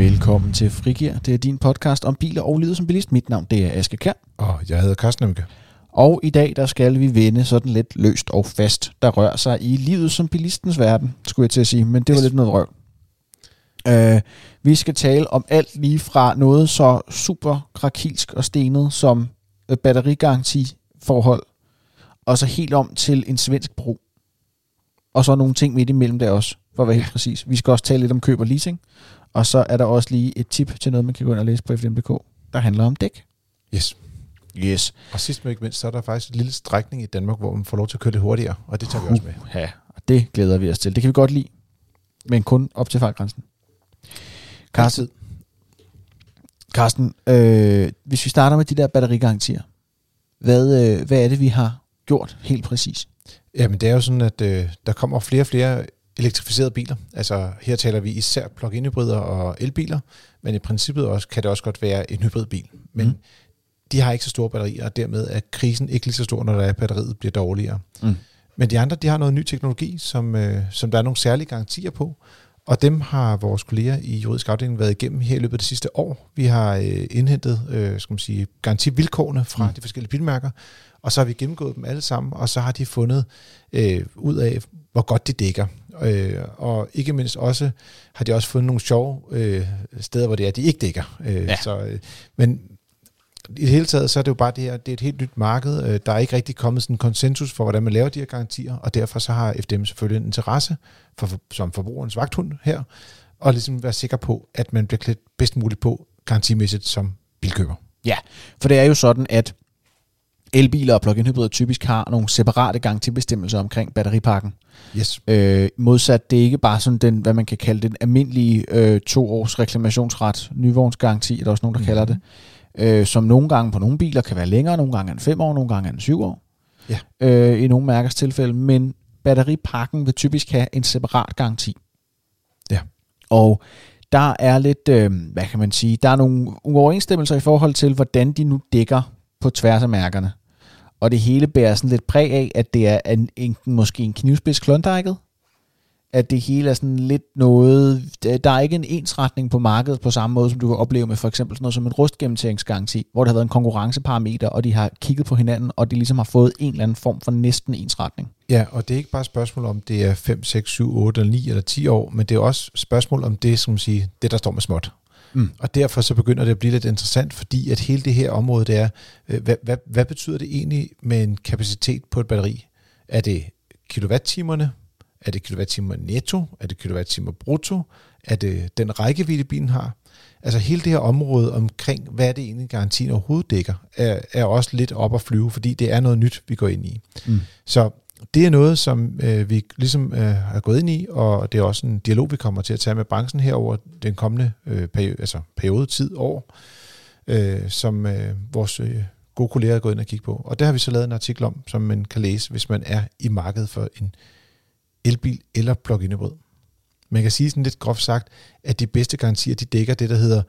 Velkommen til Frigir. Det er din podcast om biler og livet som bilist. Mit navn det er Aske Kjær. Og jeg hedder Carsten Nemke. Og i dag der skal vi vende sådan lidt løst og fast, der rører sig i livet som bilistens verden, skulle jeg til at sige. Men det var lidt noget vrøvl. Vi skal tale om alt lige fra noget så super krakilsk og stenet som batterigarantiforhold, og så helt om til en svensk bro. Og så nogle ting midt imellem der også, for at være helt præcis. Vi skal også tale lidt om køb og leasing. Og så er der også lige et tip til noget, man kan gå ind og læse på FDM.dk, der handler om dæk. Yes. Og sidst men ikke mindst, så er der faktisk en lille strækning i Danmark, hvor man får lov til at køre lidt hurtigere, og det tager vi også med. Ja, og det glæder vi os til. Det kan vi godt lide, men kun op til fartgrænsen. Carsten, hvis vi starter med de der batterigarantier, hvad er det, vi har gjort helt præcis? Jamen det er jo sådan, at der kommer flere og flere elektrificerede biler. Altså her taler vi især plug-in hybrider og elbiler, men i princippet også, kan det også godt være en hybridbil. Men de har ikke så store batterier, og dermed er krisen ikke lige så stor, når der er batteriet bliver dårligere. Men de andre, de har noget ny teknologi, som der er nogle særlige garantier på, og dem har vores kolleger i juridisk afdeling været igennem her i løbet af det sidste år. Vi har indhentet garantivilkårene fra de forskellige bilmærker, og så har vi gennemgået dem alle sammen, og så har de fundet ud af, hvor godt de dækker. Og ikke mindst også har de også fundet nogle sjove steder, hvor det er, de ikke dækker. Men i det hele taget, så er det jo bare det her, det er et helt nyt marked. Der er ikke rigtig kommet sådan en konsensus for, hvordan man laver de her garantier, og derfor så har FDM selvfølgelig en interesse som forbrugerens vagthund her, og ligesom være sikker på, at man bliver klædt bedst muligt på garantimæssigt som bilkøber. Ja, for det er jo sådan, at elbiler og plug-in hybrider typisk har nogle separate garantibestemmelser omkring batteripakken. Yes. Modsat, det er ikke bare sådan den, hvad man kan kalde den almindelige 2 års reklamationsret, nyvognsgaranti, er der også nogen, der kalder det, som nogle gange på nogle biler kan være længere, nogle gange er 5 år, nogle gange er 7 år, i nogle mærkers tilfælde, men batteripakken vil typisk have en separat garanti. Ja. Og der er lidt, hvad kan man sige, der er nogle uoverensstemmelser i forhold til, hvordan de nu dækker på tværs af mærkerne. Og det hele bærer sådan lidt præg af, at det er måske en knivspids klondækket. At det hele er sådan lidt noget, der er ikke en ensretning på markedet på samme måde, som du kan opleve med for eksempel sådan noget som en rustgennemtæringsgaranti, hvor der har været en konkurrenceparameter, og de har kigget på hinanden, og de ligesom har fået en eller anden form for næsten ensretning. Ja, og det er ikke bare et spørgsmål om det er 5, 6, 7, 8 eller 9 eller 10 år, men det er også et spørgsmål om det, som siger, det der står med småt. Og derfor så begynder det at blive lidt interessant, fordi at hele det her område, det er, hvad betyder det egentlig med en kapacitet på et batteri? Er det kilowattimerne? Er det kilowattimer netto? Er det kilowattimer brutto? Er det den rækkevidde, bilen har? Altså hele det her område omkring, hvad er det egentlig garantien overhovedet dækker, er også lidt op at flyve, fordi det er noget nyt, vi går ind i. Så det er noget, som vi ligesom har gået ind i, og det er også en dialog, vi kommer til at tage med branchen her over den kommende periode, tid, år, som vores gode kolleger er gået ind og kigge på. Og der har vi så lavet en artikel om, som man kan læse, hvis man er i markedet for en elbil eller plug-in hybrid. Man kan sige sådan lidt groft sagt, at de bedste garantier, de dækker det, der hedder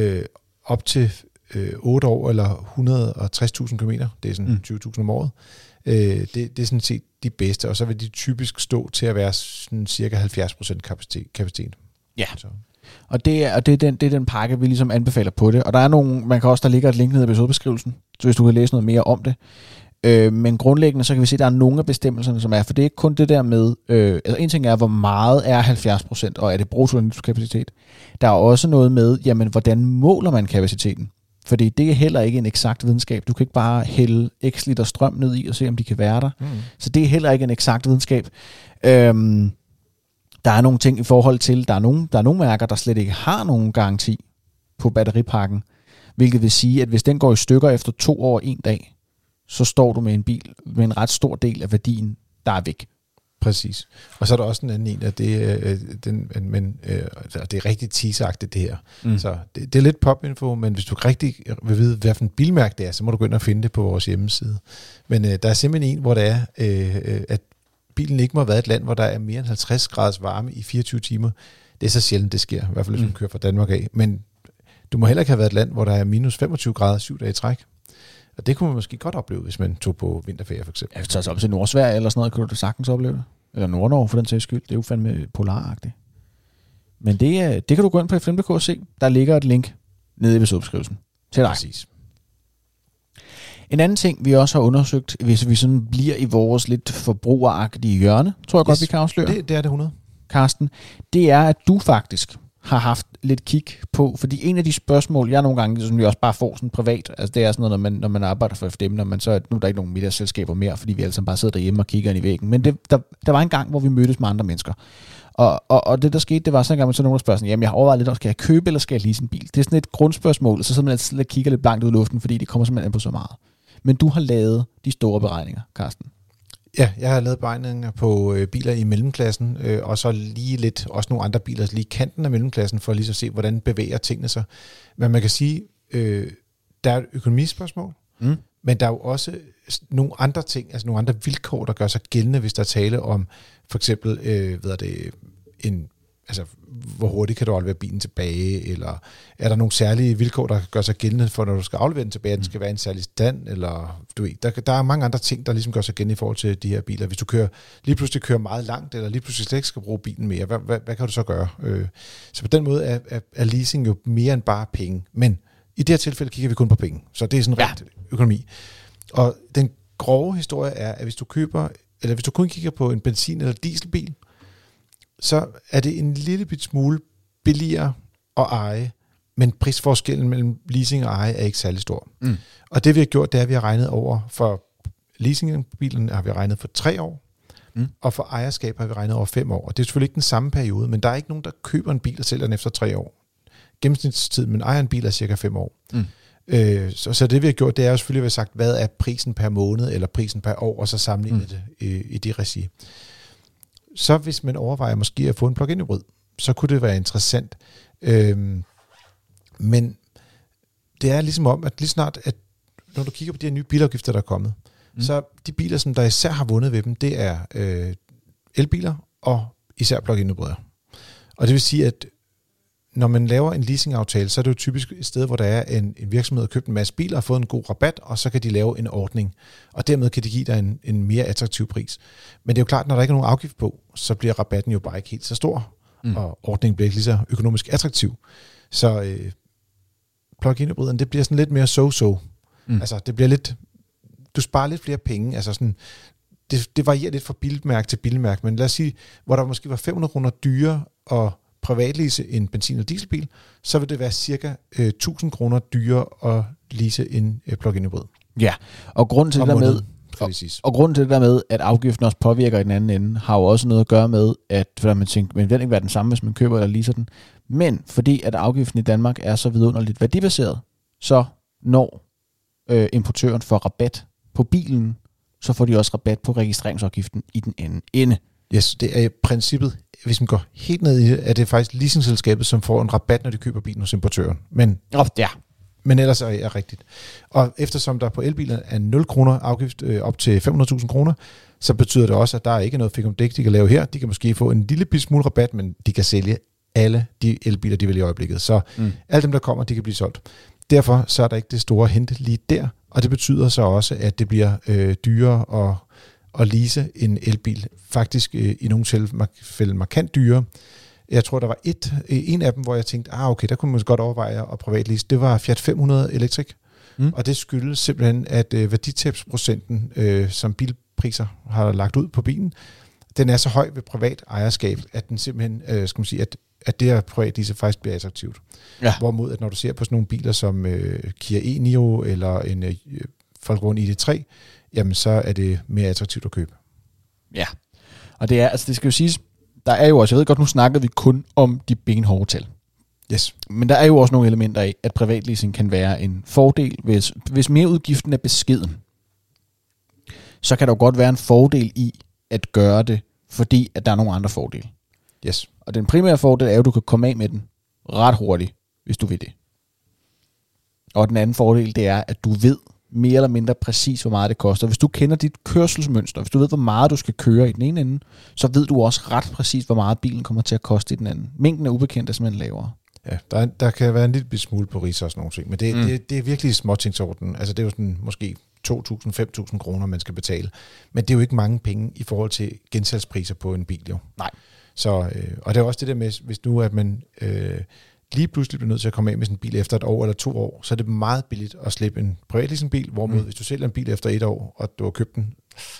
op til 8 år eller 160.000 km. Det er sådan 20.000 om året. Det er sådan set de bedste, og så vil de typisk stå til at være sådan cirka 70% kapacitet. Ja, så. Og det er den pakke, vi ligesom anbefaler på det. Og der er der ligger et link ned i episodebeskrivelsen, så hvis du kan læse noget mere om det. Men grundlæggende, så kan vi se, at der er nogle af bestemmelserne, som er, for det er ikke kun det der med, en ting er, hvor meget er 70%, og er det brutto eller kapacitet. Der er også noget med, jamen, hvordan måler man kapaciteten? Fordi det er heller ikke en eksakt videnskab. Du kan ikke bare hælde x liter strøm ned i og se, om de kan være der. Så det er heller ikke en eksakt videnskab. Der er nogle ting i forhold til, der er nogle mærker, der slet ikke har nogen garanti på batteripakken, hvilket vil sige, at hvis den går i stykker efter 2 år og 1 dag, så står du med en bil med en ret stor del af værdien, der er væk. Præcis. Og så er der også en anden en, at det er rigtig teaseragtigt det her. Så det er lidt popinfo, men hvis du rigtig vil vide, hvad for en bilmærke det er, så må du gå ind og finde det på vores hjemmeside. Men der er simpelthen en, hvor der er, at bilen ikke må have været et land, hvor der er mere end 50 graders varme i 24 timer. Det er så sjældent, det sker, i hvert fald hvis man kører fra Danmark af. Men du må heller ikke have været et land, hvor der er minus 25 grader 7 dage i træk. Og det kunne man måske godt opleve, hvis man tog på vinterferie for eksempel. Ja, hvis du tager så op til Nordsverige eller sådan noget, kunne du sagtens opleve det. Eller Nord-Norge for den sags skyld. Det er jo fandme polaragtigt. Men det kan du gå ind på FM.dk og se. Der ligger et link nede i episodebeskrivelsen til dig. Præcis. En anden ting, vi også har undersøgt, hvis vi sådan bliver i vores lidt forbrugeragtige hjørne, tror jeg godt, vi kan afsløre. Det er det 100. Karsten, det er, at du faktisk har haft lidt kig på, fordi en af de spørgsmål, jeg nogle gange, som vi også bare får sådan privat, altså det er sådan noget, når man arbejder for FDM, når man så, nu er der ikke nogen middagsselskaber mere, fordi vi alle sammen bare sidder derhjemme og kigger ind i væggen, men der var en gang, hvor vi mødtes med andre mennesker, og det der skete, det var sådan en gang, med sådan nogle spørgsmål, jamen jeg har overvejet lidt, skal jeg købe eller skal jeg lease en bil? Det er sådan et grundspørgsmål, så man altid kigger lidt blankt ud i luften, fordi det kommer simpelthen på så meget. Men du har lavet de store beregninger, Karsten. Ja, jeg har lavet beregninger på biler i mellemklassen, og så lige lidt, også nogle andre biler, lige kanten af mellemklassen, for lige at se, hvordan bevæger tingene sig. Men man kan sige, der er et økonomispørgsmål, men der er jo også nogle andre ting, altså nogle andre vilkår, der gør sig gældende, hvis der er tale om, for eksempel, hvor hurtigt kan du aflevere bilen tilbage, eller er der nogle særlige vilkår, der gør sig gældende for, når du skal aflevere den tilbage, at den skal være i en særlig stand, eller du ved, der er mange andre ting, der ligesom gør sig gældende i forhold til de her biler. Hvis du lige pludselig kører meget langt, eller lige pludselig slet ikke skal bruge bilen mere, hvad kan du så gøre? Så på den måde er leasing jo mere end bare penge, men i det her tilfælde kigger vi kun på penge, så det er sådan rent økonomi. Og den grove historie er, at hvis du kun kigger på en benzin- eller dieselbil, så er det en lille bit smule billigere at eje, men prisforskellen mellem leasing og eje er ikke særlig stor. Og det vi har gjort, det er, at vi har regnet over for leasingbilen har vi regnet for 3 år, og for ejerskab har vi regnet over 5 år. Og det er selvfølgelig ikke den samme periode, men der er ikke nogen, der køber en bil og sælger den efter 3 år. Gennemsnitstid, men ejer en bil er cirka 5 år. Så det vi har gjort, det er jo selvfølgelig, at vi har sagt, hvad er prisen per måned, eller prisen per år, og så sammenlignet det i det regi. Så hvis man overvejer måske at få en plug-in hybrid, så kunne det være interessant. Men det er ligesom om, at lige snart, at når du kigger på de her nye bilafgifter, der er kommet, så de biler, som der især har vundet ved dem, det er elbiler og især plug-in hybrider. Og det vil sige, at når man laver en leasingaftale, så er det jo typisk et sted, hvor der er en virksomhed, der har købt en masse biler og fået en god rabat, og så kan de lave en ordning. Og dermed kan de give dig en mere attraktiv pris. Men det er jo klart, når der ikke er nogen afgift på, så bliver rabatten jo bare ikke helt så stor, og ordningen bliver ikke lige så økonomisk attraktiv. Så plug-in hybriderne, det bliver sådan lidt mere so-so. Altså, det bliver lidt, du sparer lidt flere penge. Altså sådan, det varierer lidt fra bilmærke til bilmærke, men lad os sige, hvor der måske var 500 kroner dyrere og privatlease en benzin- eller dieselbil, så vil det være cirka 1000 kroner dyrere at lease en plug-in hybrid. Ja, og grunden til det der med, at afgiften også påvirker i den anden ende, har jo også noget at gøre med, at man tænker, men den ikke være den samme, hvis man køber eller leaser den. Men fordi at afgiften i Danmark er så vidunderligt værdibaseret, så når importøren får rabat på bilen, så får de også rabat på registreringsafgiften i den anden ende. Yes, det er i princippet, hvis man går helt ned i det, er det faktisk leasingselskabet, som får en rabat, når de køber bilen hos importøren. Men ellers er rigtigt. Og eftersom der på elbiler er 0 kroner afgift op til 500.000 kroner, så betyder det også, at der er ikke noget fik om dæk, de kan lave her. De kan måske få en lille smule rabat, men de kan sælge alle de elbiler, de vil i øjeblikket. Så alle dem, der kommer, de kan blive solgt. Derfor så er der ikke det store hente lige der, og det betyder så også, at det bliver dyrere at lease en elbil. Faktisk i nogle tilfælde markant dyrere. Jeg tror, der var en af dem, hvor jeg tænkte, okay, der kunne man godt overveje at privatlease. Det var Fiat 500 Electric, og det skyldes simpelthen, at værditabsprocenten, som bilpriser har lagt ud på bilen, den er så høj ved privat ejerskab, at den simpelthen, skal man sige, at det her privatlease faktisk bliver attraktivt. Ja. Hvorimod, at når du ser på sådan nogle biler som Kia e-Niro eller en Volkswagen ID3, jamen så er det mere attraktivt at købe. Ja, og det er, altså det skal jo siges, der er jo også, jeg ved godt, nu snakkede vi kun om de benhårde tal. Yes. Men der er jo også nogle elementer af, at privatleasing kan være en fordel, hvis mere udgiften er beskeden. Så kan der jo godt være en fordel i at gøre det, fordi at der er nogle andre fordele. Yes. Og den primære fordel er jo, at du kan komme af med den ret hurtigt, hvis du vil det. Og den anden fordel, det er, at du ved mere eller mindre præcis, hvor meget det koster. Hvis du kender dit kørselsmønster, hvis du ved, hvor meget du skal køre i den ene ende, så ved du også ret præcis, hvor meget bilen kommer til at koste i den anden. Mængden af ubekendte er simpelthen lavere. Ja, der kan være en lille smule på ris og sådan nogle ting, men det er virkelig småtingsorden. Altså det er jo sådan måske 2.000-5.000 kroner, man skal betale. Men det er jo ikke mange penge i forhold til gensalgspriser på en bil, jo. Nej. Så, og det er også det der med, hvis nu at man lige pludselig bliver nødt til at komme af med sin bil efter 1 år eller 2 år, så er det meget billigt at slippe en privatleasingbil, hvorimod hvis du sælger en bil efter 1 år, og du har købt den,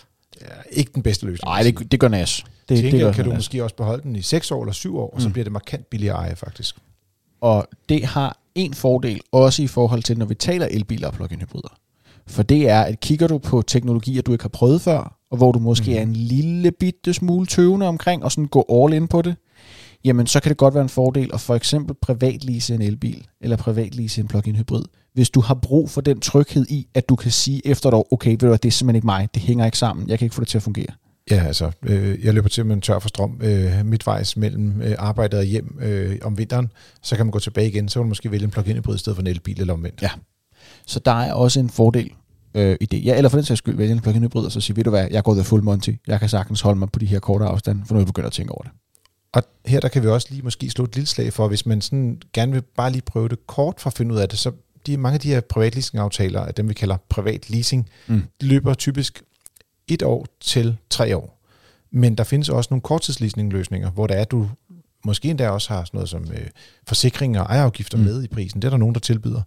ikke den bedste løsning. Nej, det gør næs. Det kan du måske også beholde den i 6 år eller 7 år, og så bliver det markant billigere at eje, faktisk. Og det har en fordel, også i forhold til, når vi taler elbiler og plug-in hybrider. For det er, at kigger du på teknologier, du ikke har prøvet før, og hvor du måske er en lille bitte smule tøvende omkring, og sådan gå all in på det, jamen så kan det godt være en fordel at for eksempel privatlease en elbil, eller privatlease en plug-in hybrid, hvis du har brug for den tryghed i, at du kan sige efter et år, okay, ved du hvad, det er simpelthen ikke mig, det hænger ikke sammen, jeg kan ikke få det til at fungere. Ja, altså, jeg løber til med en tør for strøm midtvejs mellem arbejdet og hjem om vinteren, så kan man gå tilbage igen, så kan man måske vælge en plug-in hybrid i stedet for en elbil eller omvendt. Ja, så der er også en fordel i det. Ja, eller for den sags skyld vælge en plug-in hybrid, og så sige, ved du hvad, jeg går the full Monty, jeg kan sagtens holde mig på de her korte afstande, for nu er jeg begyndt at tænke over det. Og her der kan vi også lige måske slå et lille slag for, hvis man sådan gerne vil bare lige prøve det kort for at finde ud af det, så mange af de her privatleasing-aftaler, af dem vi kalder privat leasing, de løber typisk 1 år til 3 år. Men der findes også nogle korttidsleasing-løsninger, hvor der er, du måske endda også har sådan noget som forsikringer og ejerafgifter med i prisen. Det er der nogen, der tilbyder.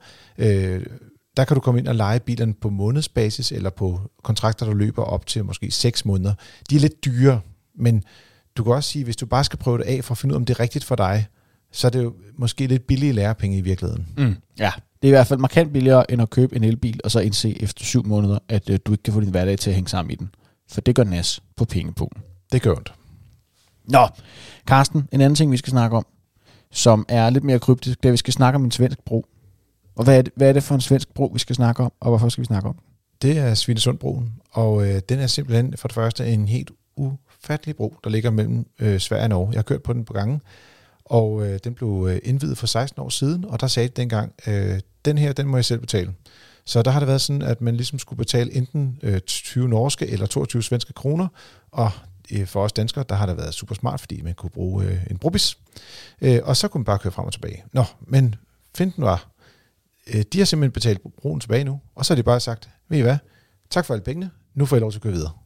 Der kan du komme ind og leje bilerne på månedsbasis, eller på kontrakter, der løber op til måske 6 måneder. De er lidt dyre, men du kan også sige, hvis du bare skal prøve det af for at finde ud af, om det er rigtigt for dig, så er det jo måske lidt billige lærepenge i virkeligheden. Ja, det er i hvert fald markant billigere, end at købe en elbil, og så indse efter 7 måneder, at du ikke kan få din hverdag til at hænge sammen i den. For det gør næs på pengepunkten. Det gør ondt. Nå, Carsten, en anden ting, vi skal snakke om, som er lidt mere kryptisk, det er, at vi skal snakke om en svensk bro. Og hvad er det for en svensk bro, vi skal snakke om, og hvorfor skal vi snakke om? Det er Svinesundbroen, og den er simpelthen for det første en helt ufattelig bro, der ligger mellem Sverige og Norge. Jeg har kørt på den på gangen, og den blev indviet for 16 år siden, og der sagde de dengang, den her, den må jeg selv betale. Så der har det været sådan, at man ligesom skulle betale enten 20 norske eller 22 svenske kroner, og for os danskere, der har det været super smart, fordi man kunne bruge en brobis, og så kunne man bare køre frem og tilbage. Nå, men finten var, de har simpelthen betalt broen tilbage nu, og så har de bare sagt, ved I hvad, tak for alle pengene, nu får I lov til at køre videre.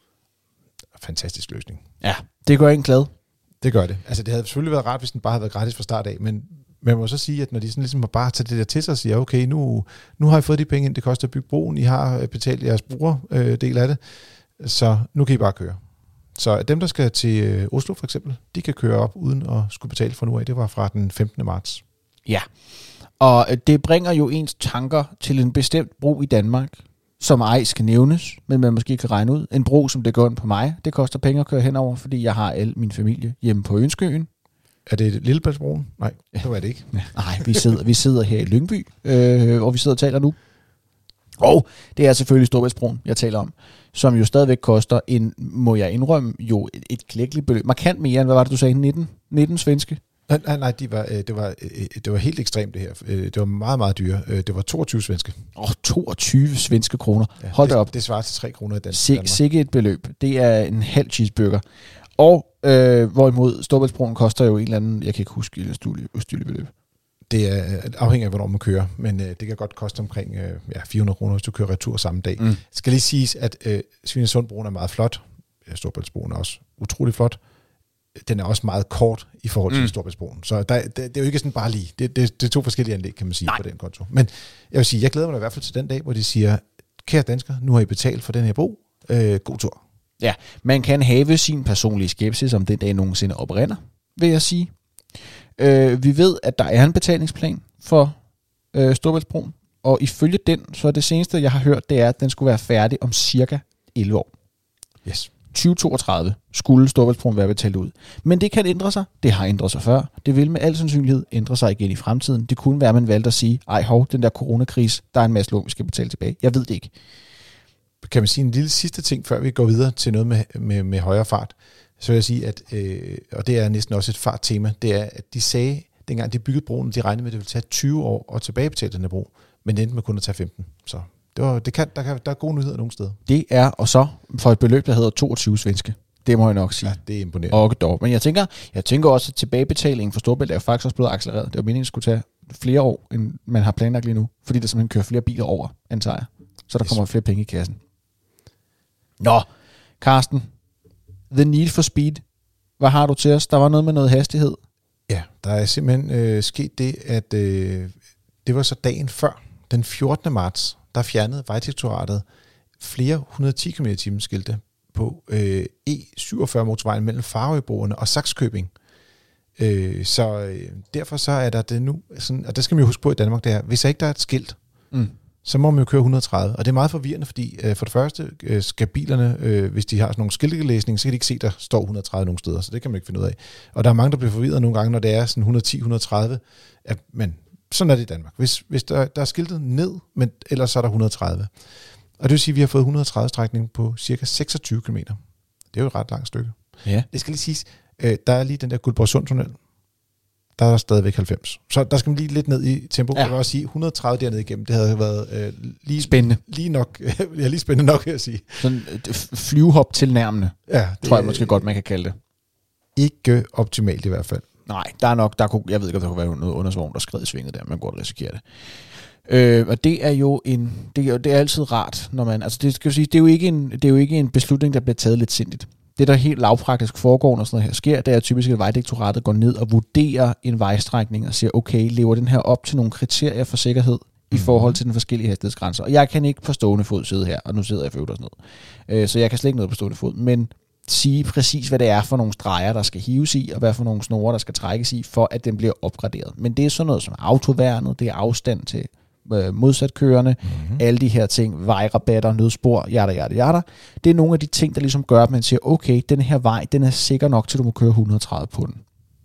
Fantastisk løsning. Ja, det gør en glad. Det gør det. Altså det havde selvfølgelig været rart, hvis den bare havde været gratis fra start af, men man må så sige, at når de sådan ligesom bare tager det der til sig og siger, okay, nu har I fået de penge ind, det koster at bygge broen, I har betalt jeres brugerdel af det, så nu kan I bare køre. Så dem, der skal til Oslo for eksempel, de kan køre op uden at skulle betale fra nu af. Det var fra den 15. marts. Ja, og det bringer jo ens tanker til en bestemt bro i Danmark, som ej skal nævnes, men man måske kan regne ud. En bro, som det går ind på mig, det koster penge at køre henover, fordi jeg har al min familie hjemme på Ønskeøen. Er det Lillebæltsbroen? Nej, det er det ikke. Ja. Nej, vi sidder her i Lyngby, hvor vi sidder og taler nu. Og det er selvfølgelig Storebæltsbroen, jeg taler om, som jo stadigvæk koster må jeg indrømme, jo et klækkeligt beløb. Markant mere end, hvad var det, du sagde, 19 svenske? Nej, det var helt ekstremt det her. Det var meget, meget dyre. Det var 22 svenske. 22 svenske kroner. Ja, hold da op. Det svarer til 3 kroner i Danmark. Sikke et beløb. Det er en halv cheeseburger. Og hvorimod Storebæltsbroen koster jo en eller anden, jeg kan ikke huske, et ustyrligt beløb. Det er afhængig af, hvornår man kører, men det kan godt koste omkring 400 kroner, hvis du kører retur samme dag. Det skal lige siges, at Svinesundbroen er meget flot. Storebæltsbroen er også utrolig flot. Den er også meget kort i forhold til Storebæltsbroen. Så det er jo ikke sådan bare lige. Det er 2 forskellige anlæg, kan man sige, på den konto. Men jeg vil sige, jeg glæder mig i hvert fald til den dag, hvor de siger, kære danskere, nu har I betalt for den her bro. God tur. Ja, man kan have sin personlige skepsis, om den dag nogensinde oprinder, vil jeg sige. Vi ved, at der er en betalingsplan for Storebæltsbroen, og ifølge den, så er det seneste, jeg har hørt, det er, at den skulle være færdig om cirka 11 år. Yes. 2032 skulle Storebæltsbroen være betalt ud. Men det kan ændre sig. Det har ændret sig før. Det vil med al sandsynlighed ændre sig igen i fremtiden. Det kunne være, at man valgte at sige, den der coronakrise, der er en masse lån, vi skal betale tilbage. Jeg ved det ikke. Kan man sige en lille sidste ting, før vi går videre til noget med højere fart? Så vil jeg sige, at, og det er næsten også et farttema, det er, at de sagde, dengang de byggede broen, de regnede med, at det ville tage 20 år at tilbagebetale den her bro, men endte med kun at tage 15. Så der er gode nyheder nogle steder. Det er, og så for et beløb, der hedder 22 svenske. Det må jeg nok sige. Ja, det er imponerende. Men jeg tænker også, at tilbagebetalingen for Storebælt er jo faktisk også blevet accelereret. Det var meningen, at det skulle tage flere år, end man har planlagt lige nu, fordi der simpelthen kører flere biler over, antager jeg. så der kommer flere penge i kassen. Nå, Carsten, The Need for Speed. Hvad har du til os? Der var noget med noget hastighed. Ja, der er simpelthen sket det, at det var så dagen før, den 14. marts, der fjernede Vejdirektoratet flere 110 km/t skilte på E47 motorvejen mellem Farøbroerne og Sakskøbing. Så derfor så er der det nu, sådan, og det skal man jo huske på i Danmark, det er, hvis ikke der er et skilt, så må man jo køre 130. Og det er meget forvirrende, fordi for det første skal bilerne, hvis de har sådan nogle skiltelæsning, så kan de ikke se, der står 130 nogle steder, så det kan man ikke finde ud af. Og der er mange, der bliver forvirret nogle gange, når det er sådan 110-130, men sådan er det i Danmark. Hvis der er skiltet ned, men ellers så er der 130. Og det vil sige, at vi har fået 130-strækning på cirka 26 km. Det er jo et ret langt stykke. Ja. Det skal lige siges, der er lige den der Guldborgsund-tunnel. Der er stadigvæk 90. Så der skal man lige lidt ned i tempo. Ja. Jeg vil også sige, 130 dernede igennem, det havde været lige spændende. Lige nok, ja, lige spændende nok, vil jeg sige. Sådan flyvehop tilnærmende, ja, det tror jeg måske godt, man kan kalde det. Ikke optimalt i hvert fald. Nej, der er nok, jeg ved ikke, om der kunne være noget undersvogn, der skred i svinget der, man godt risikere det. Og det er jo det er altid rart, når man, altså det skal jo sige, det er jo ikke en beslutning, der bliver taget lidt sindigt. Det, der helt lavpraktisk foregår, når sådan noget her sker, det er typisk, at Vejdirektoratet går ned og vurderer en vejstrækning og siger, okay, lever den her op til nogle kriterier for sikkerhed i forhold til den forskellige hastighedsgrænser. Og jeg kan ikke på stående fod sidde her, og nu sidder jeg for øvrigt også ned. Så jeg kan slet ikke noget på stående fod, men sige præcis, hvad det er for nogle streger, der skal hives i, og hvad for nogle snore, der skal trækkes i, for at den bliver opgraderet. Men det er sådan noget som autoværnet, det er afstand til modsatkørende, alle de her ting, vejrabatter, nødspor, jada. Det er nogle af de ting, der ligesom gør, at man siger, okay, den her vej, den er sikker nok til, at du må køre 130 på den.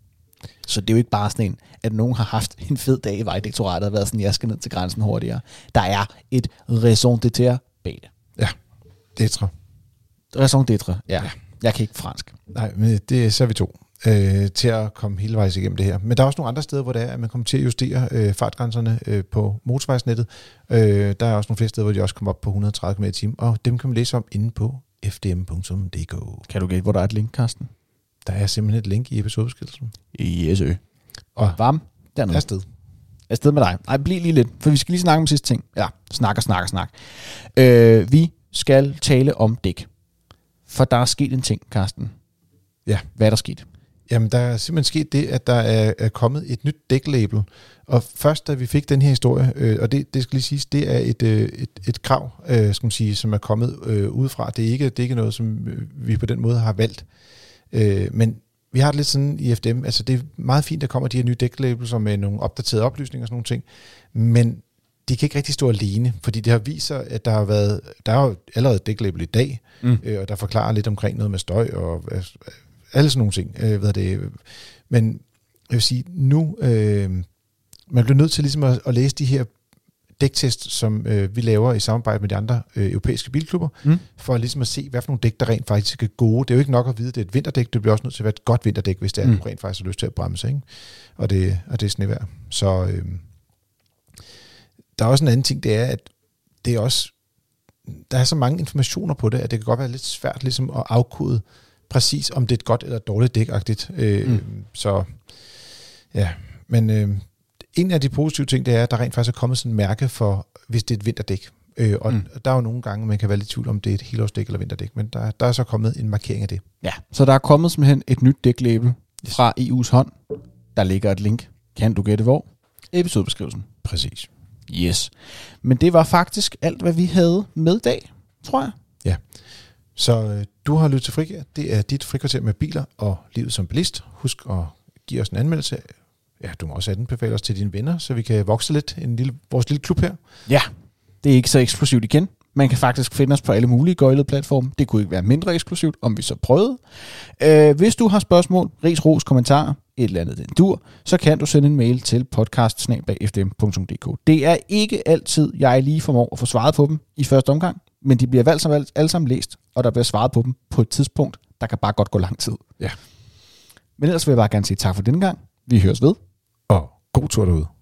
Så det er jo ikke bare sådan en, at nogen har haft en fed dag i Vejdirektoratet og været sådan, jeg skal ned til grænsen hurtigere. Der er et raison d'être bag det. Ja, d'être. Raison d'être, ja. Jeg kan ikke fransk. Nej, men det er så vi to. Til at komme hele vejs igennem det her. Men der er også nogle andre steder, hvor det er, at man kommer til at justere fartgrænserne på motorvejsnettet. Der er også nogle flere steder, hvor de også kommer op på 130 km/t, og dem kan man læse om inde på fdm.dk. Kan du gætte, hvor der er et link, Carsten? Der er simpelthen et link i episodebeskrivelsen. Yes, og varm dernede. Afsted med dig. Ej, bliv lige lidt, for vi skal lige snakke om sidste ting. Ja, snak. Vi skal tale om dæk. For der er sket en ting, Carsten. Ja. Hvad er der sket? Jamen, der er simpelthen sket det, at der er kommet et nyt dæklabel. Og først, da vi fik den her historie, og det skal lige siges, det er et krav, skal man sige, som er kommet udefra. Det er ikke noget, som vi på den måde har valgt. Men vi har det lidt sådan i FDM. Altså, det er meget fint, at der kommer de her nye dæklabels med nogle opdaterede oplysninger og sådan nogle ting. Men de kan ikke rigtig stå alene, fordi det har vist sig, at der er jo allerede et dæklabel i dag, og der forklarer lidt omkring noget med støj og alle sådan nogle ting. Men jeg vil sige, nu man bliver nødt til ligesom at læse de her dæktest, som vi laver i samarbejde med de andre europæiske bilklubber, for ligesom at se, hvad for nogle dæk, der rent faktisk er gode. Det er jo ikke nok at vide, at det er et vinterdæk, det bliver også nødt til at være et godt vinterdæk, hvis det er, at du rent faktisk har lyst til at bremse, ikke? Og det er snevejr. Så der er også en anden ting, det er, at det er også, der er så mange informationer på det, at det kan godt være lidt svært ligesom at afkode præcis, om det er et godt eller dårligt dæk-agtigt. Så ja, men en af de positive ting, det er, at der rent faktisk er kommet sådan en mærke for, hvis det er et vinterdæk. Og der er jo nogle gange, man kan være lidt i tvivl om, det er et helårsdæk eller vinterdæk, men der er så kommet en markering af det. Ja, så der er kommet simpelthen et nyt dæklabel fra EU's hånd. Der ligger et link. Kan du gætte hvor? Episodebeskrivelsen. Præcis. Yes. Men det var faktisk alt, hvad vi havde med i dag, tror jeg. Ja. Så du har lyttet til Frikvarter. Det er dit frikvarter med biler og livet som bilist. Husk at give os en anmeldelse. Ja, du må også anbefale os til dine venner, så vi kan vokse lidt vores lille klub her. Ja, det er ikke så eksplosivt igen. Man kan faktisk finde os på alle mulige gøjlede platforme. Det kunne ikke være mindre eksplosivt, om vi så prøvede. Hvis du har spørgsmål, ris, ros, kommentarer, et eller andet den dur, så kan du sende en mail til podcast@fdm.dk. Det er ikke altid, jeg lige formår at få svaret på dem i første omgang, men de bliver alle sammen læst, og der bliver svaret på dem på et tidspunkt, der kan bare godt gå lang tid. Ja. Men ellers vil jeg bare gerne sige tak for denne gang. Vi høres ved. Og god tur derude.